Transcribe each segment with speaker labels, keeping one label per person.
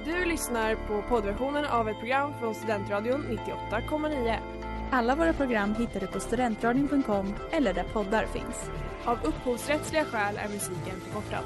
Speaker 1: Du lyssnar på poddversionen av ett program från Studentradion 98,9.
Speaker 2: Alla våra program hittar du på studentradion.com eller där poddar finns.
Speaker 1: Av upphovsrättsliga skäl är musiken förkortad.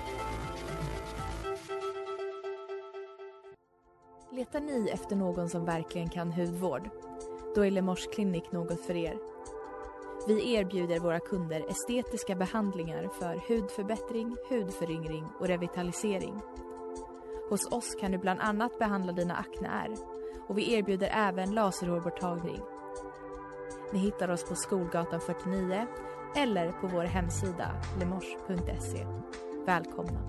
Speaker 2: Letar ni efter någon som verkligen kan hudvård? Då är Lemors Clinic något för er. Vi erbjuder våra kunder estetiska behandlingar för hudförbättring, hudföryngring och revitalisering. Hos oss kan du bland annat behandla dina akneär och vi erbjuder även laserhårborttagning. Ni hittar oss på Skolgatan 49 eller på vår hemsida lemors.se. Välkomna!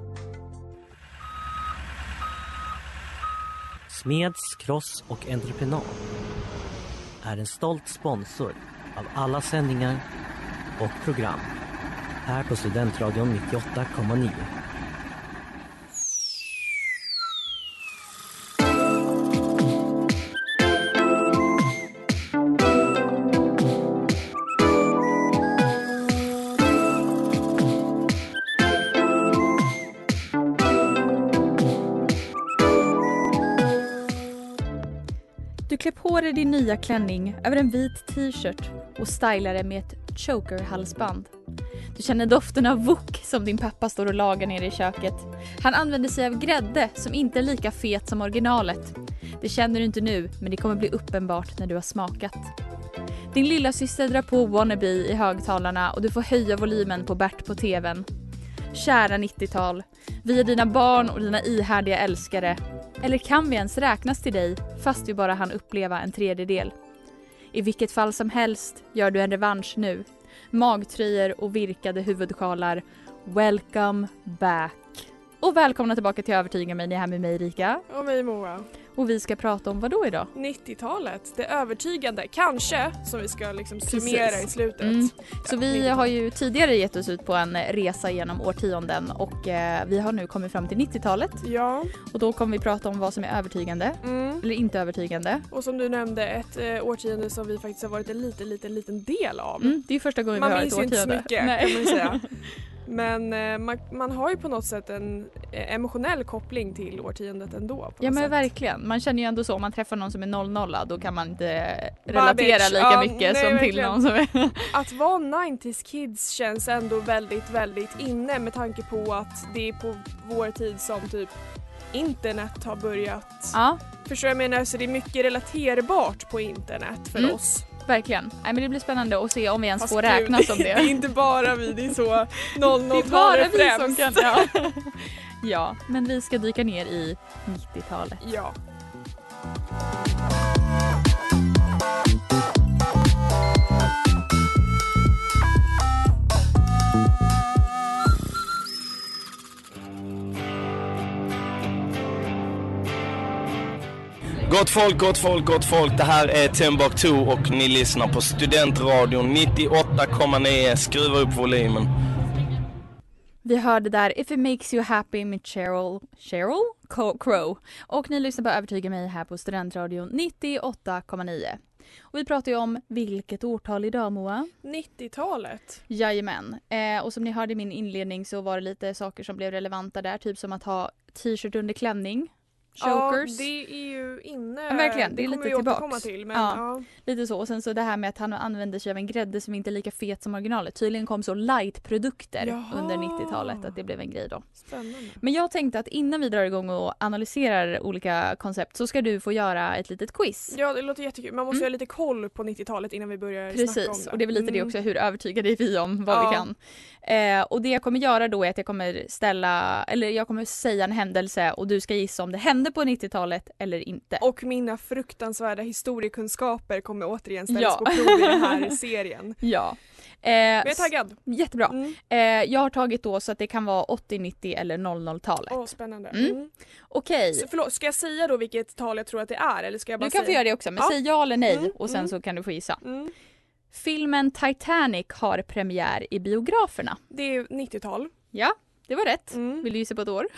Speaker 3: Smeds, Cross och Entreprenad är en stolt sponsor av alla sändningar och program här på Studentradion 98,9.
Speaker 2: Du klär på dig din nya klänning över en vit t-shirt och stylar det med ett choker-halsband. Du känner doften av wok som din pappa står och lagar nere i köket. Han använder sig av grädde som inte är lika fet som originalet. Det känner du inte nu, men det kommer bli uppenbart när du har smakat. Din lilla syster drar på Wannabe i högtalarna och du får höja volymen på Bert på tvn. Kära 90-tal, vi är dina barn och dina ihärdiga älskare. Eller kan vi ens räknas till dig fast vi bara hann uppleva en tredjedel? I vilket fall som helst gör du en revansch nu. Magtröjor och virkade huvudsjalar. Welcome back. Och välkomna tillbaka till Övertyga mig. Ni är här med mig Rika.
Speaker 1: Och mig Moa.
Speaker 2: Och vi ska prata om vad då idag?
Speaker 1: 90-talet, det övertygande, kanske, som vi ska liksom summera i slutet.
Speaker 2: Så vi har ju tidigare gett oss ut på en resa genom årtionden och vi har nu kommit fram till 90-talet.
Speaker 1: Ja.
Speaker 2: Och då kommer vi prata om vad som är övertygande, eller inte övertygande.
Speaker 1: Och som du nämnde, ett årtionde som vi faktiskt har varit en liten del av.
Speaker 2: Det är första gången vi har ett årtionde.
Speaker 1: Man minns inte så mycket, kan man säga. Men man har ju på något sätt en emotionell koppling till årtiondet ändå.
Speaker 2: Ja men verkligen, man känner ju ändå så, om man träffar någon som är 00, då kan man inte relatera lika mycket som
Speaker 1: verkligen.
Speaker 2: Till någon som är...
Speaker 1: Att vara 90s kids känns ändå väldigt, väldigt inne med tanke på att det är på vår tid som typ internet har börjat.
Speaker 2: Ja.
Speaker 1: Förstår jag menar, så det är mycket relaterbart på internet för oss.
Speaker 2: Verkligen. Nej, men det blir spännande att se om vi ens får räknas som det.
Speaker 1: Det är inte bara vi, det är så
Speaker 2: 00-talet
Speaker 1: främst.
Speaker 2: Som kan, ja. Ja, men vi ska dyka ner i 90-talet.
Speaker 1: Ja.
Speaker 4: Gott folk, det här är Timbuktu och ni lyssnar på Studentradion 98,9. Skruva upp volymen.
Speaker 2: Vi hörde där If It Makes You Happy med Cheryl Crow. Och ni lyssnar på Övertyga mig här på Studentradion 98,9. Och vi pratar ju om vilket årtal idag, Moa?
Speaker 1: 90-talet.
Speaker 2: Jajamän. Och som ni hörde i min inledning så var det lite saker som blev relevanta där. Typ som att ha t-shirt under klänning. Chokers.
Speaker 1: Ja, det är ju inne.
Speaker 2: Ja, verkligen, det är lite tillbaks.
Speaker 1: Till, men
Speaker 2: ja. Lite så. Och sen så det här med att han använder sig av en grädde som inte är lika fet som originalet. Tydligen kom så light-produkter under 90-talet att det blev en grej då.
Speaker 1: Spännande.
Speaker 2: Men jag tänkte att innan vi drar igång och analyserar olika koncept så ska du få göra ett litet quiz.
Speaker 1: Ja, det låter jättekul. Man måste ha lite koll på 90-talet innan vi börjar snacka om det.
Speaker 2: Precis, och det är väl lite det också, hur övertygade är vi om vad vi kan. Och det jag kommer göra då är att jag kommer säga en händelse och du ska gissa om det hände på 90-talet eller inte.
Speaker 1: Och mina fruktansvärda historiekunskaper kommer återigen ställas på prov i den här serien.
Speaker 2: Ja.
Speaker 1: Men jag är taggad.
Speaker 2: Jättebra. Jag har tagit då så att det kan vara 80, 90 eller 00-talet.
Speaker 1: Spännande.
Speaker 2: Okej.
Speaker 1: Så förlåt, ska jag säga då vilket tal jag tror att det är? Eller ska jag bara
Speaker 2: du kan få göra det också, men säg ja eller nej och sen så kan du få gissa. Filmen Titanic har premiär i biograferna.
Speaker 1: Det är 90-tal.
Speaker 2: Ja, det var rätt. Vill du gissa på ett år?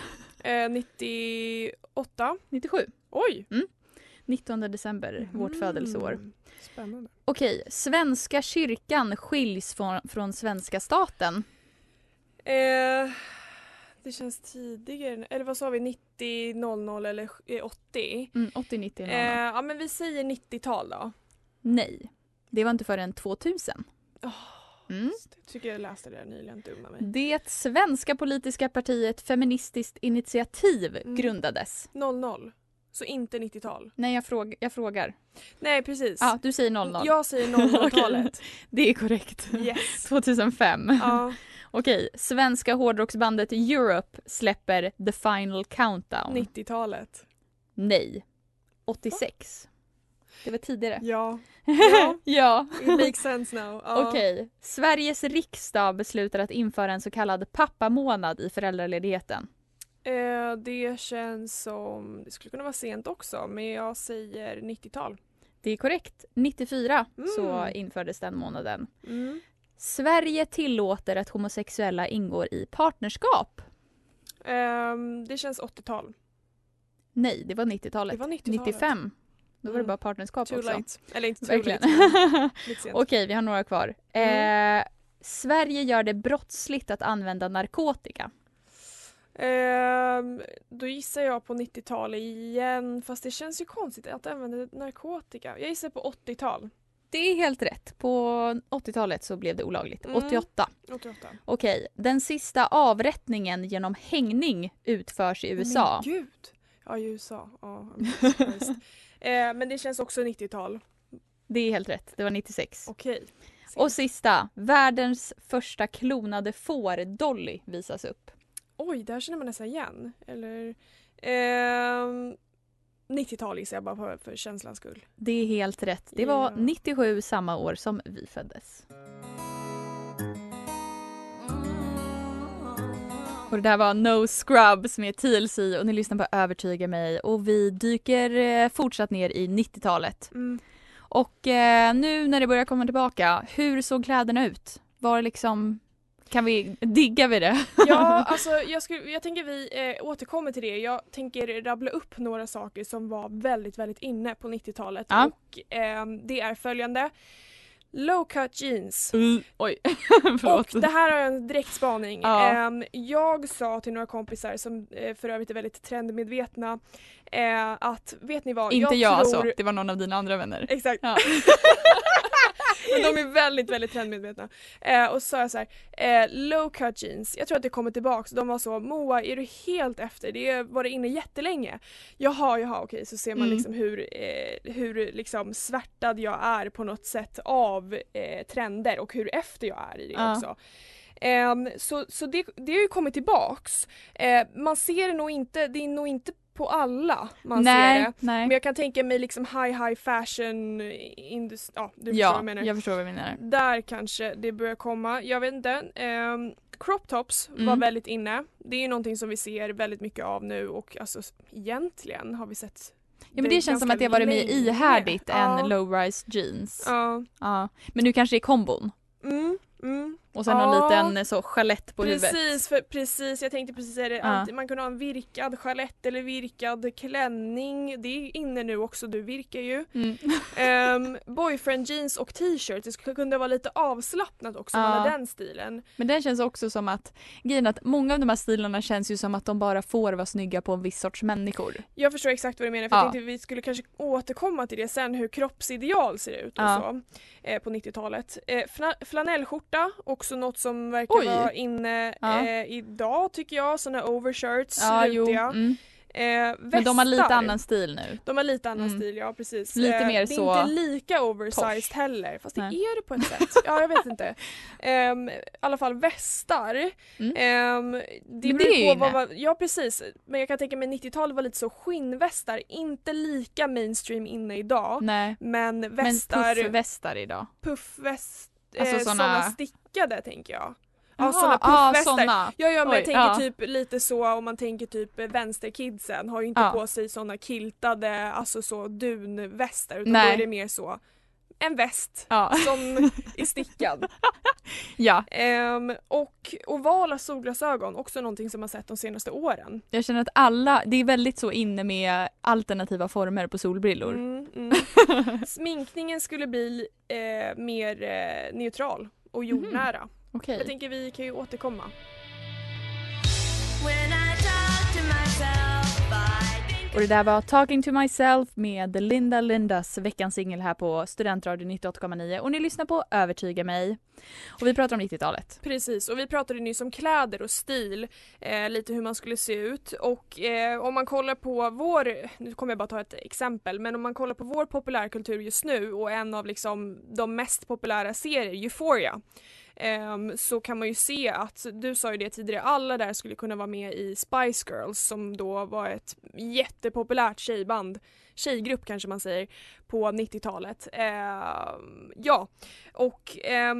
Speaker 1: 98.
Speaker 2: 97.
Speaker 1: Oj!
Speaker 2: 19 december, vårt födelseår.
Speaker 1: Spännande.
Speaker 2: Okej, Svenska kyrkan skiljs från svenska staten.
Speaker 1: Det känns tidigare. Eller vad sa vi? 90, 00 eller 80?
Speaker 2: 80, 90, 00.
Speaker 1: Ja, men vi säger 90-tal då.
Speaker 2: Nej, det var inte förrän 2000.
Speaker 1: Jag tycker jag läste det nyligen, dumma mig.
Speaker 2: Det svenska politiska partiet Feministiskt initiativ grundades.
Speaker 1: 00. Så inte 90-tal.
Speaker 2: Nej, jag frågar.
Speaker 1: Nej, precis.
Speaker 2: Ja, du säger 00.
Speaker 1: Jag säger 00-talet.
Speaker 2: Det är korrekt.
Speaker 1: Yes.
Speaker 2: 2005.
Speaker 1: Ja,
Speaker 2: Okej, svenska hårdrocksbandet Europe släpper The Final Countdown.
Speaker 1: 90-talet.
Speaker 2: Nej, 86. Det var tidigare.
Speaker 1: Ja.
Speaker 2: Ja.
Speaker 1: It makes sense now. Ja.
Speaker 2: Okej, Sveriges riksdag beslutar att införa en så kallad pappamånad i föräldraledigheten.
Speaker 1: Det känns som, det skulle kunna vara sent också, men jag säger 90-tal.
Speaker 2: Det är korrekt. 94 så infördes den månaden. Sverige tillåter att homosexuella ingår i partnerskap.
Speaker 1: Det känns 80-tal.
Speaker 2: Nej, det var 90-talet.
Speaker 1: Det var 90-talet.
Speaker 2: 95. Då var det bara partnerskap
Speaker 1: Too
Speaker 2: också.
Speaker 1: late. Eller inte too
Speaker 2: Verkligen.
Speaker 1: late. Lite sent.
Speaker 2: Okej, vi har några kvar. Sverige gör det brottsligt att använda narkotika.
Speaker 1: Då gissar jag på 90-tal igen, fast det känns ju konstigt att använda narkotika. Jag gissar på 80-tal.
Speaker 2: Det är helt rätt. På 80-talet så blev det olagligt. 88.
Speaker 1: 88.
Speaker 2: Okej, den sista avrättningen genom hängning utförs i USA.
Speaker 1: Men gud! Ja, i USA. Ja, men det känns också 90-tal.
Speaker 2: Det är helt rätt. Det var 96.
Speaker 1: Okej.
Speaker 2: Och sista, världens första klonade får, Dolly, visas upp.
Speaker 1: Oj, där känner man nästan igen. Eller 90-tal gissar jag bara för känslans skull.
Speaker 2: Det är helt rätt. Det var 97, samma år som vi föddes. Och det där var No Scrubs med TLC och ni lyssnar på Övertyga mig. Och vi dyker fortsatt ner i 90-talet. Och nu när det börjar komma tillbaka, hur såg kläderna ut? Var liksom... digga vi det?
Speaker 1: Ja, alltså jag tänker vi återkommer till det. Jag tänker rabbla upp några saker som var väldigt, väldigt inne på 90-talet.
Speaker 2: Ja.
Speaker 1: Och det är följande. Low cut jeans.
Speaker 2: Oj,
Speaker 1: och det här är en direkt spaning.
Speaker 2: Ja.
Speaker 1: Jag sa till några kompisar som för övrigt är väldigt trendmedvetna att, vet ni vad?
Speaker 2: Inte jag
Speaker 1: tror...
Speaker 2: alltså, det var någon av dina andra vänner.
Speaker 1: Exakt.
Speaker 2: Ja.
Speaker 1: Men de är väldigt, väldigt trendmedvetna. Och så sa jag så här, low cut jeans, jag tror att det kommer tillbaks. De var så, Moa, är du helt efter? Det var det inne jättelänge. Jaha, okej. Så ser man liksom hur liksom svärtad jag är på något sätt av trender och hur efter jag är i det också. Så det har ju kommit tillbaks. Man ser det nog inte, det är nog inte på alla man ser det.
Speaker 2: Nej.
Speaker 1: Men jag kan tänka mig liksom high fashion industri. Ja, du förstår vad jag menar.
Speaker 2: Jag förstår vad jag menar.
Speaker 1: Där kanske det börjar komma. Jag vet inte. Crop tops var väldigt inne. Det är ju någonting som vi ser väldigt mycket av nu och alltså egentligen har vi sett.
Speaker 2: Ja, men det känns som att det har varit mer ihärdigt än low-rise jeans.
Speaker 1: Ja.
Speaker 2: Men nu kanske det är kombon. Och sen någon liten så chalett på huvudet.
Speaker 1: Precis, jag tänkte precis säga det. Man kunde ha en virkad chalett eller virkad klänning. Det är inne nu också, du virkar ju. Boyfriend jeans och t-shirt. Det kunde vara lite avslappnat också med den stilen.
Speaker 2: Men den känns också som att, grejen att många av de här stilarna känns ju som att de bara får vara snygga på en viss sorts människor.
Speaker 1: Jag förstår exakt vad du menar. För jag tänkte att vi skulle kanske återkomma till det sen, hur kroppsideal ser ut och så på 90-talet. Flanellskjorta, också något som verkar vara inne idag tycker jag. Såna overshirts, rutiga.
Speaker 2: Men de har lite annan stil nu.
Speaker 1: De har lite annan stil, ja precis.
Speaker 2: Lite mer
Speaker 1: det är
Speaker 2: så
Speaker 1: inte lika oversized heller, fast det är det på ett sätt. Ja, jag vet inte. I alla fall västar. Det beror på vad man, ja precis. Men jag kan tänka mig 90-talet var lite så skinnvästar. Inte lika mainstream inne idag.
Speaker 2: Nej.
Speaker 1: Men västar.
Speaker 2: Men puffvästar idag.
Speaker 1: Puffväst.
Speaker 2: Alltså
Speaker 1: såna stickade tänker jag. Ja, såna puffvästar. Ja, men jag tänker typ lite så, om man tänker typ vänsterkidsen har ju inte på sig såna kiltade, alltså så dunvästar, utan då är det mer så en väst som är stickad. Och ovala solglasögon, också någonting som man sett de senaste åren.
Speaker 2: Jag känner att det är väldigt så inne med alternativa former på solbrillor.
Speaker 1: Sminkningen skulle bli mer neutral och jordnära.
Speaker 2: Okay.
Speaker 1: Jag tänker vi kan ju återkomma.
Speaker 5: When
Speaker 2: Och det där var Talking to myself med Linda Lindas veckans singel här på Studentradio 98,9. Och ni lyssnar på Övertyga mig. Och vi pratar om 90-talet.
Speaker 1: Precis, och vi pratade nyss om kläder och stil, lite hur man skulle se ut. Och om man kollar på nu kommer jag bara ta ett exempel, men om man kollar på vår populärkultur just nu och en av liksom de mest populära serier, Euphoria, så kan man ju se att, du sa ju det tidigare, alla där skulle kunna vara med i Spice Girls som då var ett jättepopulärt tjejgrupp kanske man säger, på 90-talet. Ja, och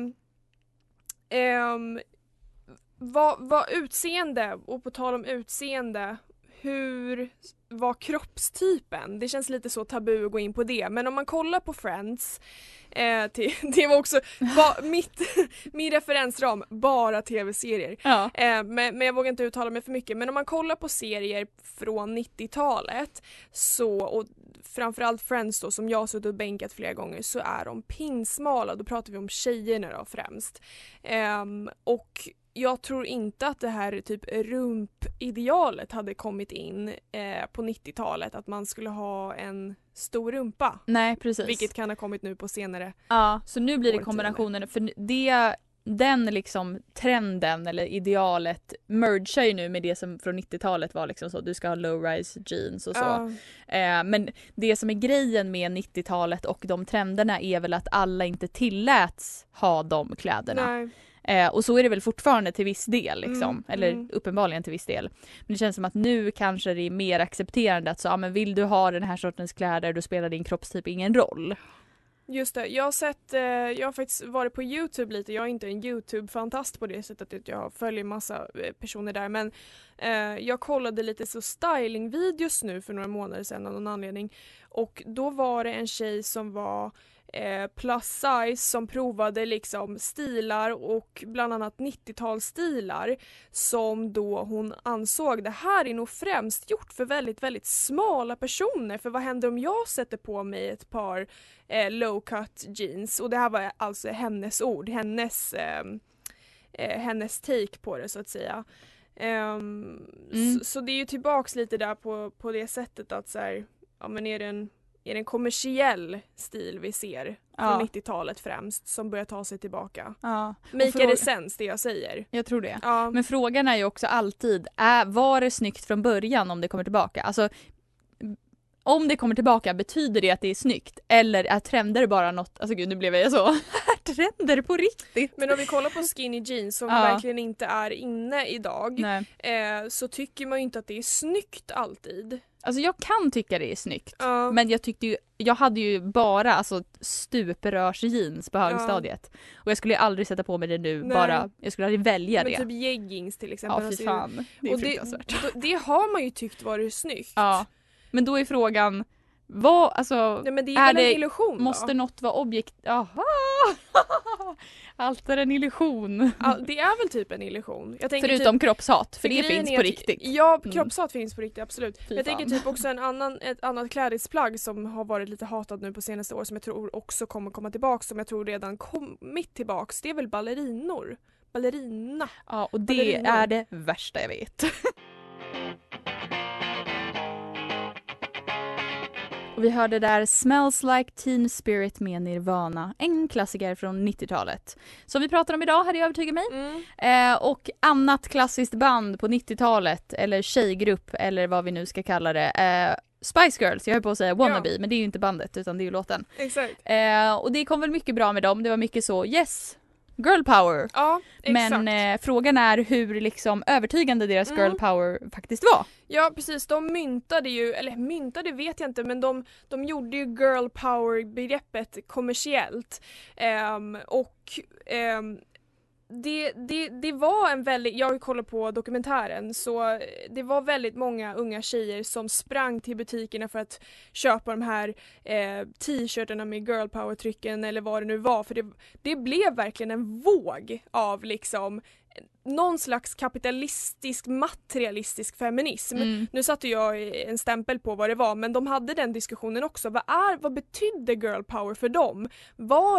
Speaker 1: vad utseende, och på tal om utseende, hur var kroppstypen? Det känns lite så tabu att gå in på det, men om man kollar på Friends, det var också min referensram, bara tv-serier.
Speaker 2: Ja.
Speaker 1: Men jag vågar inte uttala mig för mycket, men om man kollar på serier från 90-talet så, och framförallt Friends då, som jag har suttit och bänkat flera gånger, så är de pinsmala. Då pratar vi om tjejerna då främst. Och jag tror inte att det här typ rumpidealet hade kommit in på 90-talet, att man skulle ha en stor rumpa.
Speaker 2: Nej, precis.
Speaker 1: Vilket kan ha kommit nu på senare.
Speaker 2: Ja, så nu blir det
Speaker 1: årtionden.
Speaker 2: kombinationen. För den liksom trenden eller idealet mergar ju nu med det som från 90-talet var liksom så, du ska ha low-rise jeans och så. Men det som är grejen med 90-talet och de trenderna är väl att alla inte tilläts ha de kläderna.
Speaker 1: Nej.
Speaker 2: Och så är det väl fortfarande till viss del liksom. Eller uppenbarligen till viss del. Men det känns som att nu kanske det är mer accepterande att så, men vill du ha den här sortens kläder, då spelar din kroppstyp ingen roll.
Speaker 1: Just det, jag har faktiskt varit på YouTube lite. Jag är inte en YouTube-fantast på det sättet att jag följer massa personer där, men jag kollade lite så styling-videos nu för några månader sedan av någon anledning, och då var det en tjej som var plus size som provade liksom stilar, och bland annat 90-talsstilar som då hon ansåg, det här är nog främst gjort för väldigt, väldigt smala personer, för vad händer om jag sätter på mig ett par low cut jeans? Och det här var alltså hennes ord, hennes take på det så att säga. Så det är ju tillbaks lite där på det sättet att så här, ja, men är det en kommersiell stil vi ser från 90-talet främst som börjar ta sig tillbaka.
Speaker 2: Ja.
Speaker 1: Make it sense, det jag säger.
Speaker 2: Jag tror det.
Speaker 1: Ja.
Speaker 2: Men frågan är ju också alltid, var det snyggt från början om det kommer tillbaka? Alltså, om det kommer tillbaka, betyder det att det är snyggt? Eller är trender bara något, alltså gud, nu blev jag så, trender på riktigt.
Speaker 1: Men om vi kollar på skinny jeans som verkligen inte är inne idag, så tycker man ju inte att det är snyggt alltid.
Speaker 2: Alltså jag kan tycka det är snyggt, men jag hade ju bara alltså stuprörsjeans på högstadiet. Och jag skulle aldrig sätta på mig det nu, jag skulle aldrig välja det.
Speaker 1: Men typ jeggings till exempel.
Speaker 2: Ja, fy fan. Det är fruktansvärt.
Speaker 1: Det har man ju tyckt varit snyggt.
Speaker 2: Ja, men då är frågan, vad, alltså...
Speaker 1: Nej, men det är väl en illusion då?
Speaker 2: Måste något vara objekt... Jaha! Allt är en illusion.
Speaker 1: Ja, det är väl typ en illusion. Jag tänker
Speaker 2: förutom
Speaker 1: typ,
Speaker 2: kroppshat, för det finns på riktigt.
Speaker 1: Ja, kroppshat finns på riktigt, absolut.
Speaker 2: Fy
Speaker 1: jag
Speaker 2: fan.
Speaker 1: tänker typ också ett annat klädesplagg som har varit lite hatat nu på senaste år, som jag tror också kommer komma tillbaka, som jag tror redan kommit tillbaks. Det är väl ballerina.
Speaker 2: Ja, och det är det värsta jag vet. Och vi hörde där Smells Like Teen Spirit med Nirvana, en klassiker från 90-talet. Som vi pratar om idag, hade jag övertygat mig. Och annat klassiskt band på 90-talet, eller tjejgrupp, eller vad vi nu ska kalla det. Spice Girls, jag höll på att säga Wannabe, men det är ju inte bandet utan det är ju låten.
Speaker 1: Exakt.
Speaker 2: Och det kom väl mycket bra med dem, det var mycket så, yes, girl power.
Speaker 1: Ja, exakt.
Speaker 2: Men frågan är hur liksom övertygande deras girl power faktiskt var.
Speaker 1: Ja, precis. De myntade vet jag inte, men de gjorde ju girl power-begreppet kommersiellt. Det var en väldigt, jag kollar på dokumentären, så det var väldigt många unga tjejer som sprang till butikerna för att köpa de här t-shirtarna med girl power-trycken eller vad det nu var, för det blev verkligen en våg av liksom någon slags kapitalistisk, materialistisk feminism. Nu satte jag en stämpel på vad det var, men de hade den diskussionen också. Vad betydde girl power för dem? Var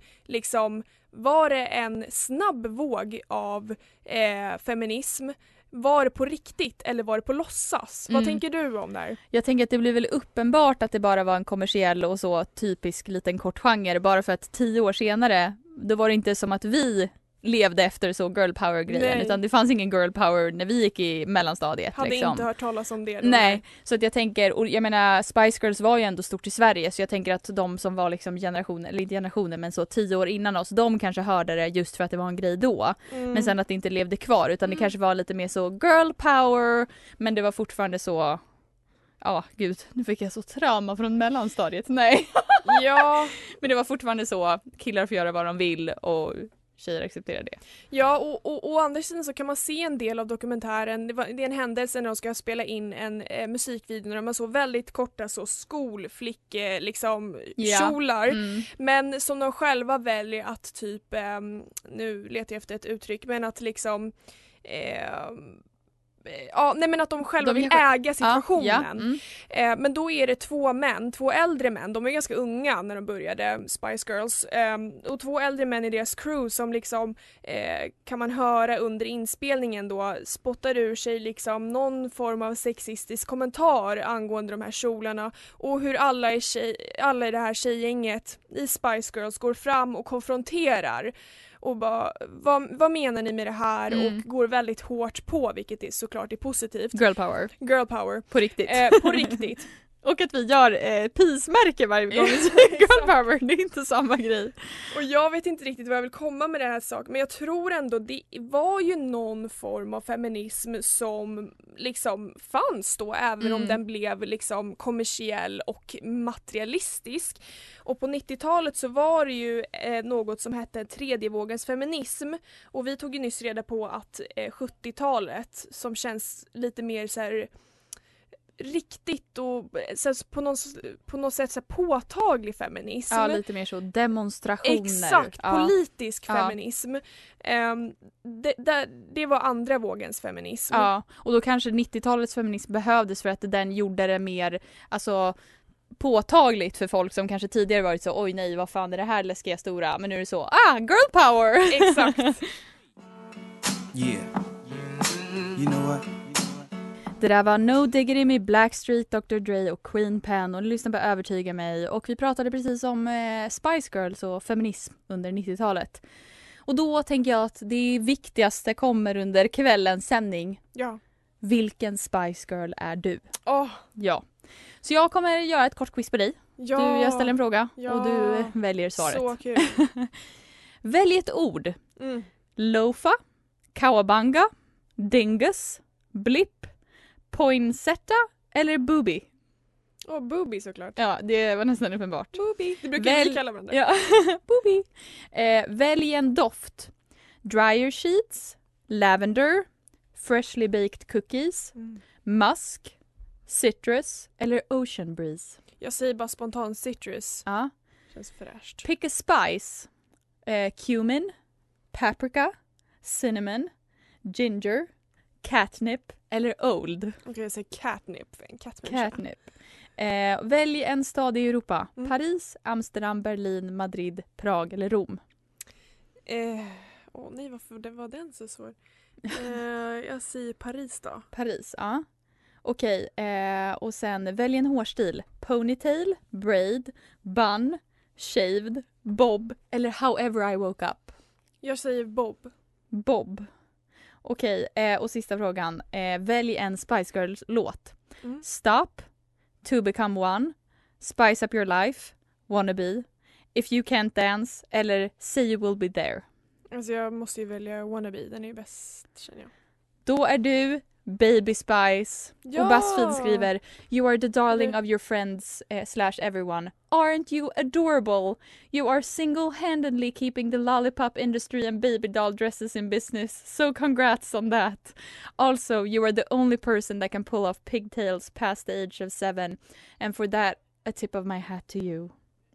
Speaker 1: det en snabb våg av feminism? var det på riktigt eller var det på låtsas? Vad tänker du om det här?
Speaker 2: Jag tänker att det blir väl uppenbart att det bara var en kommersiell och så typisk liten kort genre, bara för att 10 år senare, då var det inte som att vi levde efter så girl power-grejen, utan det fanns ingen girl power när vi gick i mellanstadiet.
Speaker 1: Hade
Speaker 2: liksom.
Speaker 1: inte hört talas om det.
Speaker 2: Nej, så att jag tänker, och jag menar Spice Girls var ju ändå stort i Sverige, så jag tänker att de som var liksom generationer, eller inte generationer men så 10 år innan oss, de kanske hörde det just för att det var en grej då. Men sen att det inte levde kvar, utan det kanske var lite mer så girl power, men det var fortfarande så, ja gud, nu fick jag så trauma från mellanstadiet, nej.
Speaker 1: Ja.
Speaker 2: Men det var fortfarande så, killar får göra vad de vill och tjejer accepterar det.
Speaker 1: Ja, och å andra sidan så kan man se en del av dokumentären. Det är en händelse när de ska spela in en musikvideo när de har så väldigt korta så skolflicke liksom kjolar. Men som de själva väljer att typ, nu letar jag efter ett uttryck, men att liksom men att de själva vill äga situationen. Men då är det 2 äldre män, de är ganska unga när de började Spice Girls, och 2 äldre män i deras crew som liksom kan man höra under inspelningen då spottar ur sig liksom någon form av sexistisk kommentar angående de här kjolarna, och hur alla i det här tjejgänget i Spice Girls går fram och konfronterar och bara, vad menar ni med det här? Och går väldigt hårt på, vilket är såklart är positivt.
Speaker 2: Girl power. På riktigt.
Speaker 1: På riktigt.
Speaker 2: Och att vi gör peace-märke varje gång vi säger girl power, det är inte samma grej.
Speaker 1: Och jag vet inte riktigt vad jag vill komma med den här saken, men jag tror ändå det var ju någon form av feminism som liksom fanns då, även om den blev liksom kommersiell och materialistisk. Och på 90-talet så var det ju något som hette tredje vågens feminism, och vi tog ju nyss reda på att 70-talet som känns lite mer så här riktigt och så på något sätt så påtaglig feminism.
Speaker 2: Ja, lite mer så demonstrationer.
Speaker 1: Exakt, politisk feminism. Det var andra vågens feminism.
Speaker 2: Ja, och då kanske 90-talets feminism behövdes för att den gjorde det mer alltså påtagligt för folk som kanske tidigare varit så oj nej, vad fan är det här läskiga stora, men nu är det så girl power.
Speaker 1: Exakt.
Speaker 5: Yeah. You know what?
Speaker 2: Det där var No Diggity med Blackstreet, Dr. Dre och Queen Pen, och du lyssnar på Övertyga mig, och vi pratade precis om Spice Girls och feminism under 90-talet. Och då tänker jag att det viktigaste kommer under kvällens sändning.
Speaker 1: Ja.
Speaker 2: Vilken Spice Girl är du?
Speaker 1: Ja.
Speaker 2: Så jag kommer göra ett kort quiz på dig.
Speaker 1: Ja.
Speaker 2: Jag ställer en fråga och du väljer svaret. Så kul. Välj ett ord. Lofa, Kawabanga, Dingus, Blip, Poinsettia eller Booby?
Speaker 1: Booby såklart.
Speaker 2: Ja, det var nästan uppenbart.
Speaker 1: Booby, det brukar vi kalla varandra.
Speaker 2: Ja, Booby. Välj en doft. Dryer sheets, lavender, freshly baked cookies, musk, citrus eller ocean breeze.
Speaker 1: Jag säger bara spontant citrus.
Speaker 2: Ja.
Speaker 1: Känns fräscht.
Speaker 2: Pick a spice. Cumin, paprika, cinnamon, ginger, catnip eller old.
Speaker 1: Okej, jag säger catnip.
Speaker 2: Catnip. Välj en stad i Europa. Paris, Amsterdam, Berlin, Madrid, Prag eller Rom.
Speaker 1: Nej, varför var den så svår? Jag säger Paris då.
Speaker 2: Paris, ja. Okej, och sen välj en hårstil. Ponytail, braid, bun, shaved, bob eller however I woke up.
Speaker 1: Jag säger bob.
Speaker 2: Bob. Okej, och sista frågan. Välj en Spice Girls-låt. Stop, To Become One, Spice Up Your Life, Wannabe, If You Can't Dance eller Say You Will Be There.
Speaker 1: Alltså jag måste ju välja Wannabe, den är ju bäst känner jag.
Speaker 2: Då är du Baby Spice. Ja! Och BuzzFeed skriver You are the darling of your friends / everyone. Aren't you adorable? You are single-handedly keeping the lollipop industry and baby doll dresses in business. So congrats on that. Also, you are the only person that can pull off pigtails past the age of 7. And for that, a tip of my hat to you.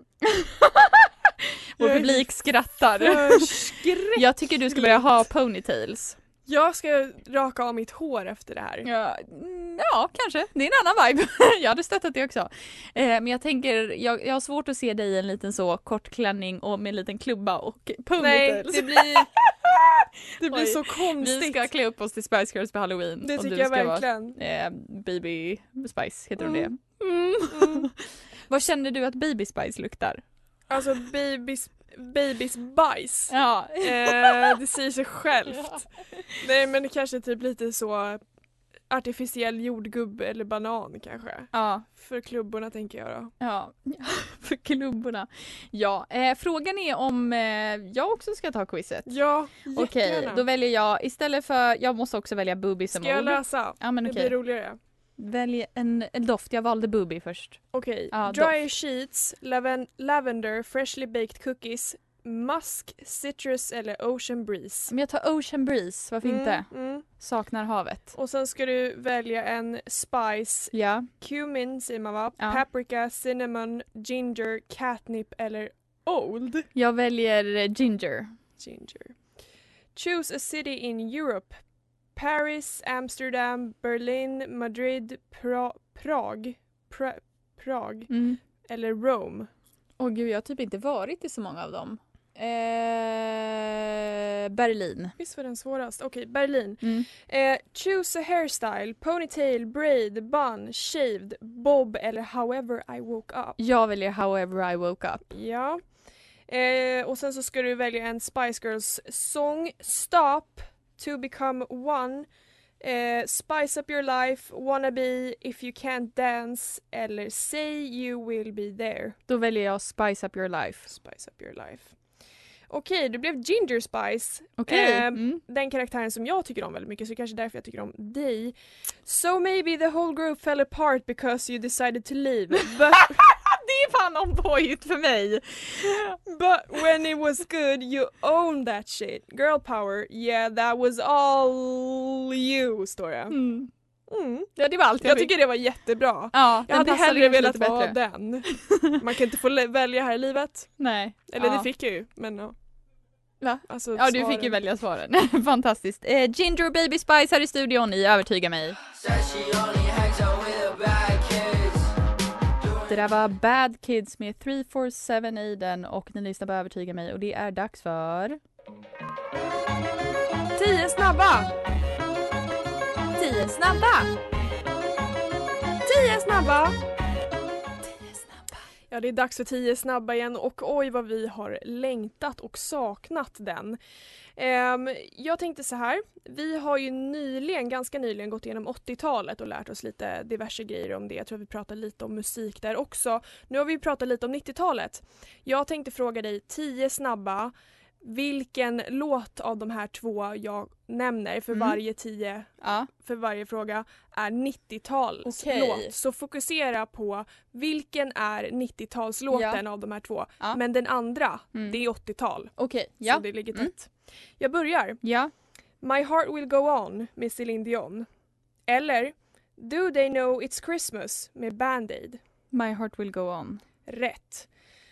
Speaker 2: Vår publik skrattar. Jag tycker du ska börja ha ponytails.
Speaker 1: Jag ska raka av mitt hår efter det här.
Speaker 2: Ja, kanske. Det är en annan vibe. Jag hade stöttat det också. Men jag tänker, jag har svårt att se dig i en liten så kort klänning och med en liten klubba och ponytails.
Speaker 1: Nej, Det blir
Speaker 2: Oj,
Speaker 1: så konstigt.
Speaker 2: Vi ska klä upp oss till Spice Girls på Halloween.
Speaker 1: Det
Speaker 2: och
Speaker 1: tycker
Speaker 2: du
Speaker 1: jag
Speaker 2: ska
Speaker 1: verkligen.
Speaker 2: Vara, Baby Spice, heter hon det?
Speaker 1: Mm.
Speaker 2: Vad känner du att Baby Spice luktar?
Speaker 1: Alltså babys bajs.
Speaker 2: Ja.
Speaker 1: Det säger sig självt. Nej, men det kanske typ lite så artificiell jordgubb eller banan kanske.
Speaker 2: Ja.
Speaker 1: För klubborna tänker jag då.
Speaker 2: Ja, för klubborna. Ja, frågan är om jag också ska ta quizet.
Speaker 1: Ja,
Speaker 2: Okej,
Speaker 1: jättegärna.
Speaker 2: då väljer jag istället för, jag måste också välja booby som
Speaker 1: Ska jag
Speaker 2: ord.
Speaker 1: läsa?
Speaker 2: Ja, men
Speaker 1: Det
Speaker 2: okej.
Speaker 1: blir roligare.
Speaker 2: Välj en doft, jag valde booby först.
Speaker 1: Okej.
Speaker 2: Ja,
Speaker 1: Dry sheets, lavender, freshly baked cookies, musk, citrus eller ocean breeze.
Speaker 2: Men jag tar Ocean Breeze, varför inte?
Speaker 1: Mm.
Speaker 2: Saknar havet.
Speaker 1: Och sen ska du välja en spice.
Speaker 2: Ja,
Speaker 1: Cumin säger man va?
Speaker 2: Ja.
Speaker 1: Paprika, cinnamon, ginger, catnip eller old.
Speaker 2: jag väljer ginger.
Speaker 1: Ginger. Choose a city in Europe. Paris, Amsterdam, Berlin, Madrid, Prag
Speaker 2: Mm.
Speaker 1: eller Rome.
Speaker 2: Åh gud, jag har typ inte varit i så många av dem. Berlin.
Speaker 1: Visst var den svårast? Okej, Berlin.
Speaker 2: Mm.
Speaker 1: Choose a hairstyle. Ponytail, braid, bun, shaved, bob eller however I woke up.
Speaker 2: Jag väljer However I Woke Up.
Speaker 1: Ja. Och sen så ska du välja en Spice Girls sång. Stop, To Become One, Spice Up Your Life, Wannabe, If You Can't Dance eller Say You Will Be There.
Speaker 2: Då väljer jag Spice Up Your Life.
Speaker 1: Spice Up Your Life. Okej, du blev Ginger Spice.
Speaker 2: Okej.
Speaker 1: Den karaktären som jag tycker om väldigt mycket, så kanske därför jag tycker om dig. So maybe the whole group fell apart because you decided to leave. But
Speaker 2: Det är fan on point för mig.
Speaker 1: But when it was good, you owned that shit. Girl power, yeah, that was all you, står det.
Speaker 2: Mm.
Speaker 1: Mm.
Speaker 2: Ja, det var allt
Speaker 1: Jag tycker det var jättebra.
Speaker 2: ja,
Speaker 1: Jag hade
Speaker 2: passade
Speaker 1: hellre
Speaker 2: lite
Speaker 1: velat vara
Speaker 2: bättre.
Speaker 1: den. Man kan inte få välja här i livet.
Speaker 2: Nej.
Speaker 1: Eller
Speaker 2: ja.
Speaker 1: det fick jag ju, men ja.
Speaker 2: Va?
Speaker 1: Alltså,
Speaker 2: Ja, du
Speaker 1: svaren.
Speaker 2: fick ju välja svaren. Fantastiskt. Ginger och Baby Spice här i studion i Övertyga mig. Det där var Bad Kids med 347 Aiden och ni lyssnar på Övertyga mig och det är dags för
Speaker 1: 10 snabba!
Speaker 2: 10 snabba!
Speaker 1: 10 snabba! Ja, det är dags för 10 snabba igen och oj vad vi har längtat och saknat den. Jag tänkte så här, vi har ju ganska nyligen gått igenom 80-talet och lärt oss lite diverse grejer om det. Jag tror vi pratar lite om musik där också. Nu har vi pratat lite om 90-talet. Jag tänkte fråga dig 10 snabba. Vilken låt av de här två jag nämner för för varje fråga är 90-talslåt.
Speaker 2: Okej.
Speaker 1: Så fokusera på vilken är 90-talslåten av de här två.
Speaker 2: Ja.
Speaker 1: Men den andra,
Speaker 2: Mm.
Speaker 1: det är 80-tal.
Speaker 2: Okej,
Speaker 1: Så
Speaker 2: ja.
Speaker 1: det ligger tätt. Jag börjar.
Speaker 2: Ja.
Speaker 1: My Heart Will Go On med Celine Dion. Eller Do They Know It's Christmas med Band Aid.
Speaker 2: My Heart Will Go On.
Speaker 1: Rätt.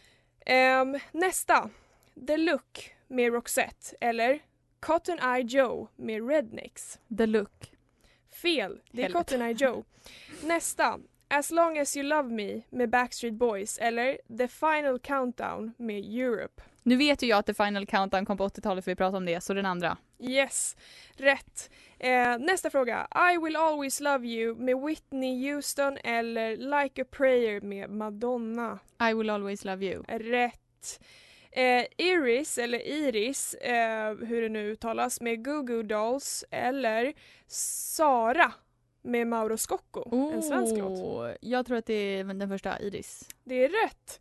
Speaker 1: Nästa. The Look med Roxette. Eller Cotton Eye Joe med Rednecks.
Speaker 2: The Look.
Speaker 1: Fel. Det är
Speaker 2: Helvete.
Speaker 1: Cotton Eye Joe. Nästa. As Long As You Love Me med Backstreet Boys. Eller The Final Countdown med Europe.
Speaker 2: Nu vet ju jag att The Final Countdown kom på 80-talet för vi pratade om det, så den andra.
Speaker 1: Yes, rätt. Nästa fråga. I Will Always Love You med Whitney Houston eller Like a Prayer med Madonna.
Speaker 2: I Will Always Love You.
Speaker 1: Rätt. Iris, eller Iris, hur det nu uttalas, med Goo Goo Dolls eller Sara med Mauro Scocco. En svensk låt.
Speaker 2: Jag tror att det är den första, Iris.
Speaker 1: Det är rätt.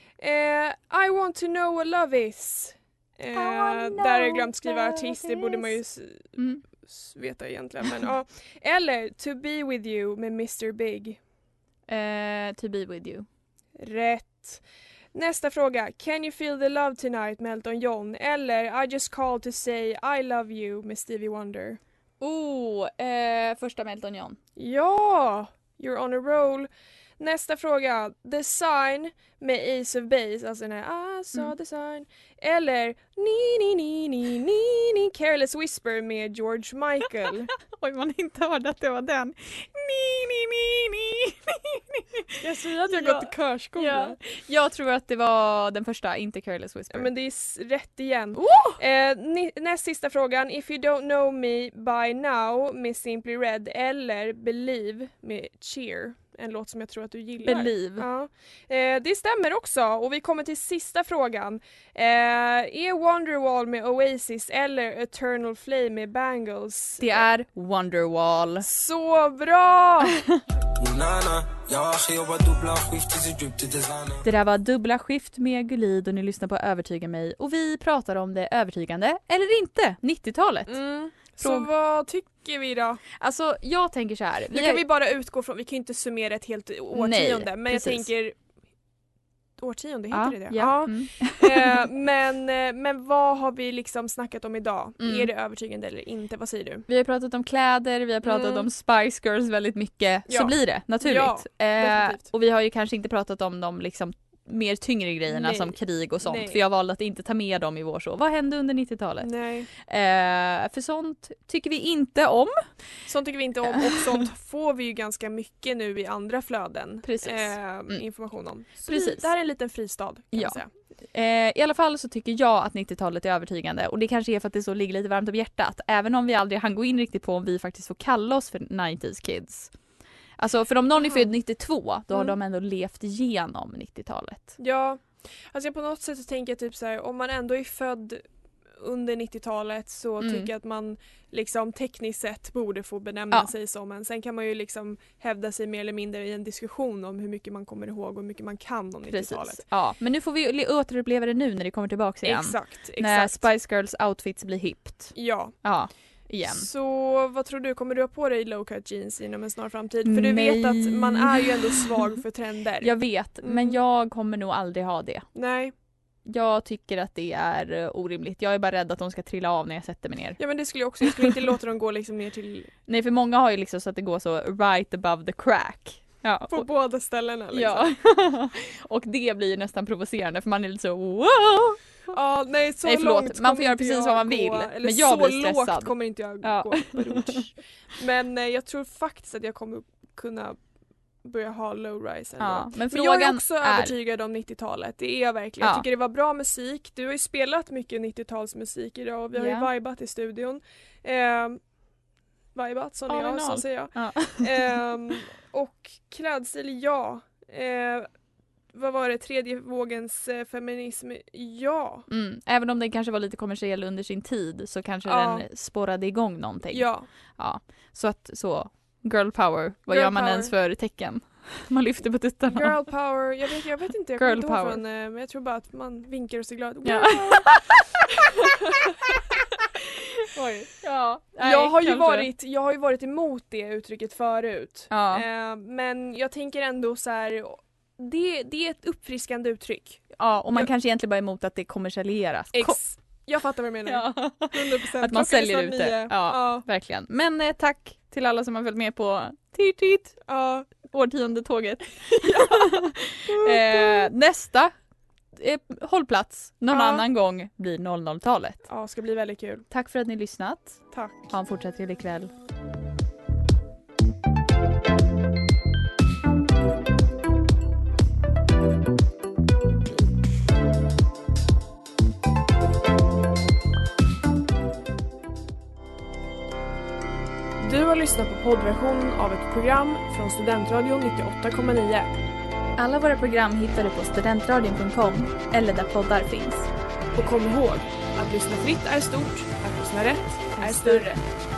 Speaker 1: I Want To Know What Love Is. Där har jag glömt skriva artist, det borde man ju veta egentligen. Men, ja. Eller To Be With You med Mr Big.
Speaker 2: To Be With You.
Speaker 1: Rätt. Nästa fråga. Can You Feel The Love Tonight med Elton John. Eller I Just Called To Say I Love You med Stevie Wonder.
Speaker 2: Första med Elton John.
Speaker 1: Ja! You're on a roll. Nästa fråga. The Sign med Ace of Base. Alltså den här I saw the sign. Eller Ni Careless Whisper med George Michael.
Speaker 2: Oj, man inte hörde att det var den. Ni.
Speaker 1: Jag säger att jag
Speaker 2: Ja.
Speaker 1: gått i körskola.
Speaker 2: Ja. Jag tror att det var den första, inte Careless Whisper.
Speaker 1: Men det är rätt igen. Näst sista frågan. If you don't know me by now med Simply Red eller Believe med Cheer. En låt som jag tror att du gillar.
Speaker 2: Believe.
Speaker 1: Ja. Det stämmer också. Och vi kommer till sista frågan. Är Wonderwall med Oasis eller Eternal Flame med Bangles?
Speaker 2: Det är Wonderwall.
Speaker 1: Så bra!
Speaker 2: Det där var dubbla skift med Gulid och ni lyssnar på Övertyga mig. Och vi pratar om det övertygande, eller inte, 90-talet.
Speaker 1: Så vad tycker vi då?
Speaker 2: Alltså jag tänker så här.
Speaker 1: Nu kan vi bara utgå från, vi kan ju inte summera ett helt årtionde.
Speaker 2: Nej,
Speaker 1: men
Speaker 2: precis.
Speaker 1: jag tänker, årtionde, heter det?
Speaker 2: Ja.
Speaker 1: Men vad har vi liksom snackat om idag?
Speaker 2: Mm.
Speaker 1: Är det övertygande eller inte? Vad säger du?
Speaker 2: Vi har pratat om kläder, vi har pratat om Spice Girls väldigt mycket.
Speaker 1: Ja.
Speaker 2: Så blir det, naturligt.
Speaker 1: definitivt.
Speaker 2: Och vi har ju kanske inte pratat om de liksom mer tyngre grejerna
Speaker 1: Nej.
Speaker 2: som krig och sånt.
Speaker 1: Nej.
Speaker 2: För jag valde att inte ta med dem i vår så. Vad hände under 90-talet?
Speaker 1: Nej.
Speaker 2: För sånt tycker vi inte om.
Speaker 1: Sånt tycker vi inte om och sånt får vi ju ganska mycket nu i andra flöden.
Speaker 2: Precis.
Speaker 1: Information om. Så
Speaker 2: Precis.
Speaker 1: Det här är en liten fristad kan
Speaker 2: Ja.
Speaker 1: man säga.
Speaker 2: I alla fall så tycker jag att 90-talet är övertygande och det kanske är för att det så ligger lite varmt om hjärtat. Även om vi aldrig hann gå in riktigt på om vi faktiskt får kalla oss för 90s kids. Alltså för om någon är född 92 då har de ändå levt igenom 90-talet.
Speaker 1: Ja, alltså på något sätt så tänker jag typ så här, om man ändå är född under 90-talet så tycker jag att man liksom tekniskt sett borde få benämna sig som en. Sen kan man ju liksom hävda sig mer eller mindre i en diskussion om hur mycket man kommer ihåg och hur mycket man kan om 90-talet.
Speaker 2: Precis. Ja, men nu får vi återuppleva det nu när det kommer tillbaka igen.
Speaker 1: Exakt.
Speaker 2: När Spice Girls outfits blir hippt.
Speaker 1: Ja.
Speaker 2: Ja, igen.
Speaker 1: Så vad tror du, kommer du ha på dig low cut jeans inom en snar framtid? För du vet att man är ju ändå svag för trender.
Speaker 2: Jag vet, men jag kommer nog aldrig ha det.
Speaker 1: Nej.
Speaker 2: Jag tycker att det är orimligt. Jag är bara rädd att de ska trilla av när jag sätter mig ner.
Speaker 1: Ja men det skulle jag också, jag skulle inte låta dem gå liksom ner till...
Speaker 2: Nej, för många har ju liksom så att det går så right above the crack. Ja.
Speaker 1: På båda ställena liksom.
Speaker 2: Ja. Och det blir ju nästan provocerande för man är lite så wow.
Speaker 1: Ja, nej så
Speaker 2: förlåt.
Speaker 1: långt
Speaker 2: Man får
Speaker 1: kommer
Speaker 2: göra
Speaker 1: inte
Speaker 2: precis
Speaker 1: jag
Speaker 2: vad man
Speaker 1: gå.
Speaker 2: vill,
Speaker 1: Eller
Speaker 2: men jag
Speaker 1: så
Speaker 2: blir stressad.
Speaker 1: lågt kommer inte jag gå. Men jag tror faktiskt att jag kommer kunna börja ha low-rise ändå.
Speaker 2: Ja, men
Speaker 1: jag är också övertygad om 90-talet. Det är jag verkligen.
Speaker 2: Ja.
Speaker 1: Jag tycker det var bra musik. Du har ju spelat mycket 90-talsmusik idag och vi har ju vibat i studion. Vibat, som jag, så säger jag.
Speaker 2: Ja.
Speaker 1: Och klädstil, ja. Vad var det? Tredje vågens feminism, ja.
Speaker 2: Även om den kanske var lite kommersiell under sin tid så kanske den spårade igång någonting.
Speaker 1: Ja.
Speaker 2: Så att så, girl power, vad gör man ens för tecken? Man lyfter på tuttarna.
Speaker 1: Girl power, jag vet inte, jag kommer inte ihåg från, men jag tror bara att man vinkar och ser glad.
Speaker 2: Ja.
Speaker 1: Oj.
Speaker 2: Ja,
Speaker 1: Jag har ju varit emot det uttrycket förut. Men jag tänker ändå så här, det är ett uppfriskande uttryck.
Speaker 2: Ja, och man kanske egentligen bara är emot att det kommersialiseras.
Speaker 1: Jag fattar vad du menar. 100%.
Speaker 2: Att man säljer ut det. Ja, verkligen. Men tack till alla som har följt med på Tit. Årtiondetåget. Nästa hållplats någon annan gång blir 00-talet.
Speaker 1: Ja, ska bli väldigt kul.
Speaker 2: Tack för att ni lyssnat.
Speaker 1: Tack.
Speaker 2: Ha en fortsatt trevlig kväll.
Speaker 1: Du har lyssnat på poddversion av ett program från Studentradion 98,9.
Speaker 2: Alla våra program hittar du på studentradion.com eller där poddar finns.
Speaker 1: Och kom ihåg, att lyssna fritt är stort, att lyssna rätt är större.